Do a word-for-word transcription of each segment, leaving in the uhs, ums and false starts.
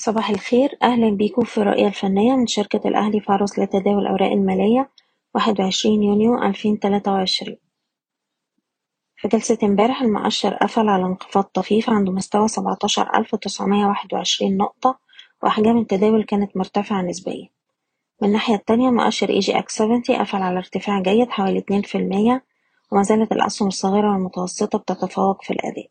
صباح الخير، أهلا بيكم في الرؤية الفنية من شركة الأهلي فارس لتداول الأوراق المالية واحد وعشرين يونيو ألفين وتلاتة وعشرين. في جلسة امبارح المؤشر قفل على انخفاض طفيف عند مستوى سبعتاشر ألف تسعمية واحد وعشرين نقطة، وأحجام التداول كانت مرتفعة نسبيا. من الناحية التانية مؤشر اي جي اكس سبعين قفل على ارتفاع جيد حوالي اتنين في المية، وما زالت الأسهم الصغيرة والمتوسطة بتتفوق في الأداء.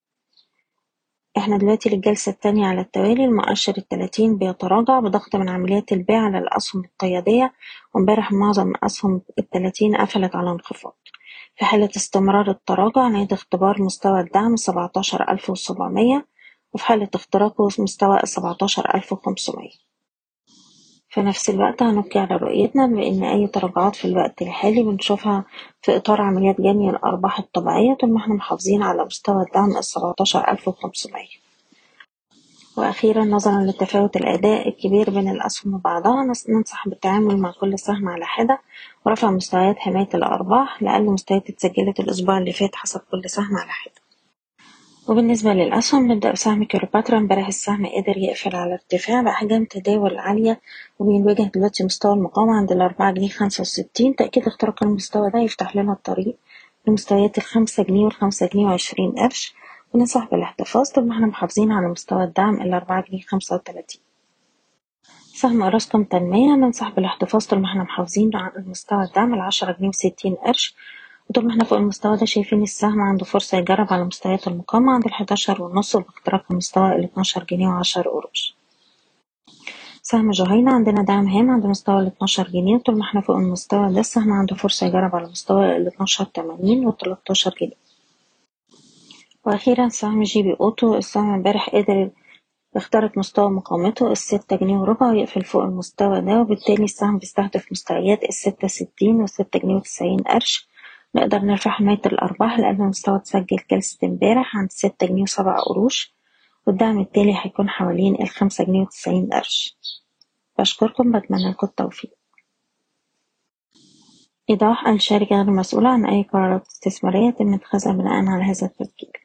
احنا دلوقتي للجلسة التانية على التوالي المؤشر التلاتين بيتراجع بضغط من عمليات البيع على الأسهم القيادية، وامبارح معظم أسهم التلاتين قفلت على انخفاض. في حالة استمرار التراجع نعيد اختبار مستوى الدعم سبعتاشر ألف وسبعمية، وفي حالة اختراقه مستوى سبعتاشر ألف وخمسمية. في نفس الوقت هنبقي على رؤيتنا بأن أي تراجعات في الوقت الحالي بنشوفها في إطار عمليات جني الأرباح الطبيعية طول ما احنا محافظين على مستوى الدعم السبعتاشر ألف وخمسمية. وأخيرا نظرا لتفاوت الأداء الكبير بين الأسهم وبعضها ننصح بالتعامل مع كل سهم على حدة ورفع مستويات حماية الأرباح لأقل مستويات اتسجلت الأسبوع اللي فات حسب كل سهم على حدة. وبالنسبة للأسهم نبدأ بسهم كيلوباترا. امبارح السهم قدر يقفل على ارتفاع بأحجام تداول عالية، وبيواجه دلوقتي مستوى المقاومة عند الأربعة جنيه خمسة وستين. تأكيد اختراق المستوى ده يفتح لنا الطريق لمستويات الخمسة جنيه والخمسة جنيه وعشرين قرش، وننصح بالاحتفاظ طول ما احنا محافظين على مستوى الدعم الأربعة جنيه خمسة وتلاتين. سهم أوراسكوم تنمية ننصح بالاحتفاظ طول ما احنا محافظين على مستوى الدعم العشرة جنيه وستين قرش، وطول ما احنا فوق المستوى ده شايفين السهم عنده فرصة يجرب على مستويات المقاومة عند الحداشر ونص وباختراق المستوى الاتناشر جنيه وعشر قروش. سهم جهينة عندنا دعم هام عند مستوى الاتناشر جنيه، وطول ما احنا فوق المستوى ده السهم عنده فرصة يجرب على مستوى الاتناشر تمانين والتلاتاشر جنيه. وأخيرا سهم جي بي أوتو، السهم امبارح قدر يخترق مستوى مقاومته الستة جنيه وربع ويقفل فوق المستوى ده، وبالتالي السهم بيستهدف مستويات الستة ستين والستة جنيه وتسعين قرش. نقدر نرفع حماية الأرباح لأن المستوى اتسجل جلسة امبارح عند ستة جنيه وسبع قروش، والدعم التالي هيكون حوالين الخمسة جنيه وتسعين قرش. بشكركم، بتمنى لكم التوفيق. إيضاح: الشركة غير مسؤولة عن أي قرارات استثمارية يتم اتخاذها بناء على هذا التسجيل.